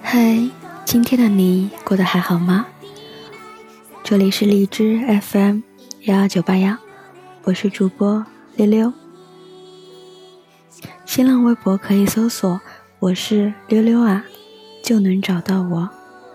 嗨，今天的你过得还好吗？这里是荔枝 FM11981，我是主播溜溜。新浪微博可以搜索我是溜溜啊，就能找到我。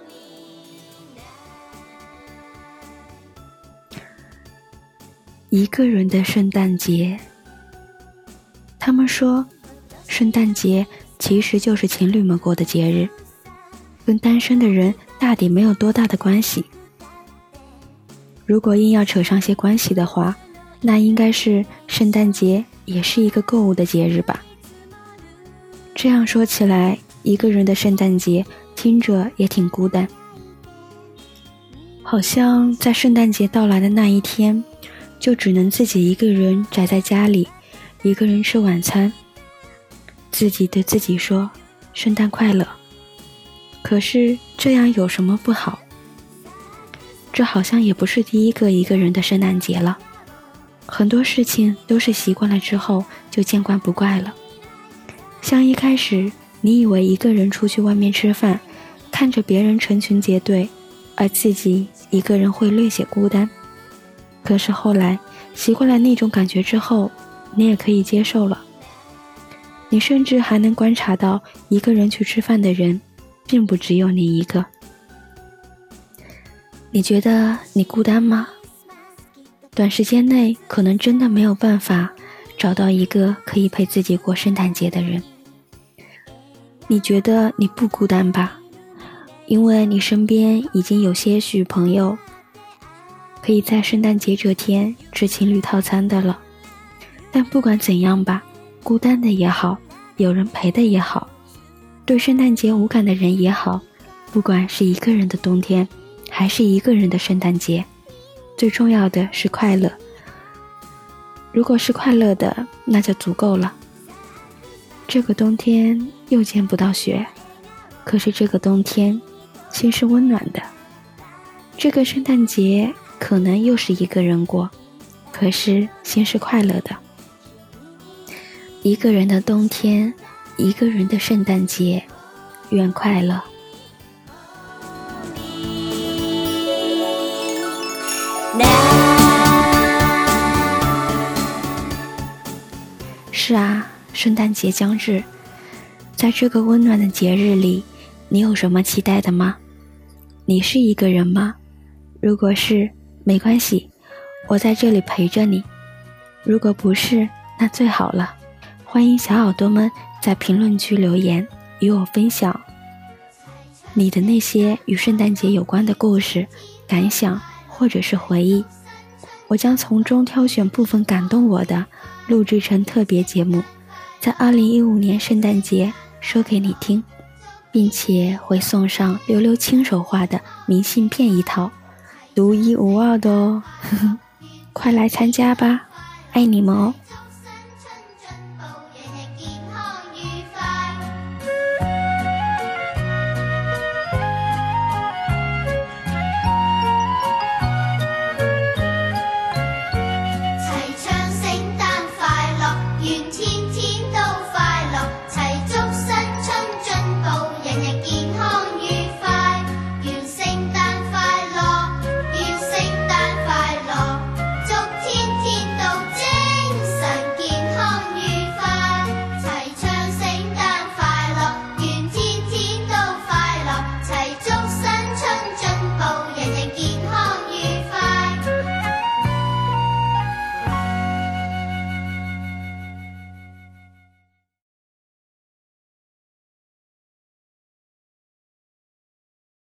一个人的圣诞节，他们说圣诞节其实就是情侣们过的节日，跟单身的人大抵没有多大的关系。如果硬要扯上些关系的话，那应该是圣诞节也是一个购物的节日吧。这样说起来，一个人的圣诞节听着也挺孤单，好像在圣诞节到来的那一天，就只能自己一个人宅在家里，一个人吃晚餐，自己对自己说圣诞快乐。可是这样有什么不好？这好像也不是第一个一个人的圣诞节了，很多事情都是习惯了之后就见惯不怪了。像一开始你以为一个人出去外面吃饭，看着别人成群结队，而自己一个人会略显孤单，可是后来习惯了那种感觉之后，你也可以接受了。你甚至还能观察到一个人去吃饭的人并不只有你一个。你觉得你孤单吗？短时间内可能真的没有办法找到一个可以陪自己过圣诞节的人。你觉得你不孤单吧？因为你身边已经有些许朋友可以在圣诞节这天吃情侣套餐的了。但不管怎样吧，孤单的也好，有人陪的也好，对圣诞节无感的人也好，不管是一个人的冬天还是一个人的圣诞节，最重要的是快乐。如果是快乐的，那就足够了。这个冬天又见不到雪，可是这个冬天心是温暖的。这个圣诞节可能又是一个人过，可是心是快乐的。一个人的冬天，一个人的圣诞节，愿快乐。是啊，圣诞节将至，在这个温暖的节日里，你有什么期待的吗？你是一个人吗？如果是，没关系，我在这里陪着你。如果不是，那最好了。欢迎小耳朵们在评论区留言，与我分享你的那些与圣诞节有关的故事、感想或者是回忆。我将从中挑选部分感动我的，录制成特别节目，在2015年圣诞节说给你听，并且会送上溜溜亲手画的明信片一套，独一无二的哦。快来参加吧，爱你们哦。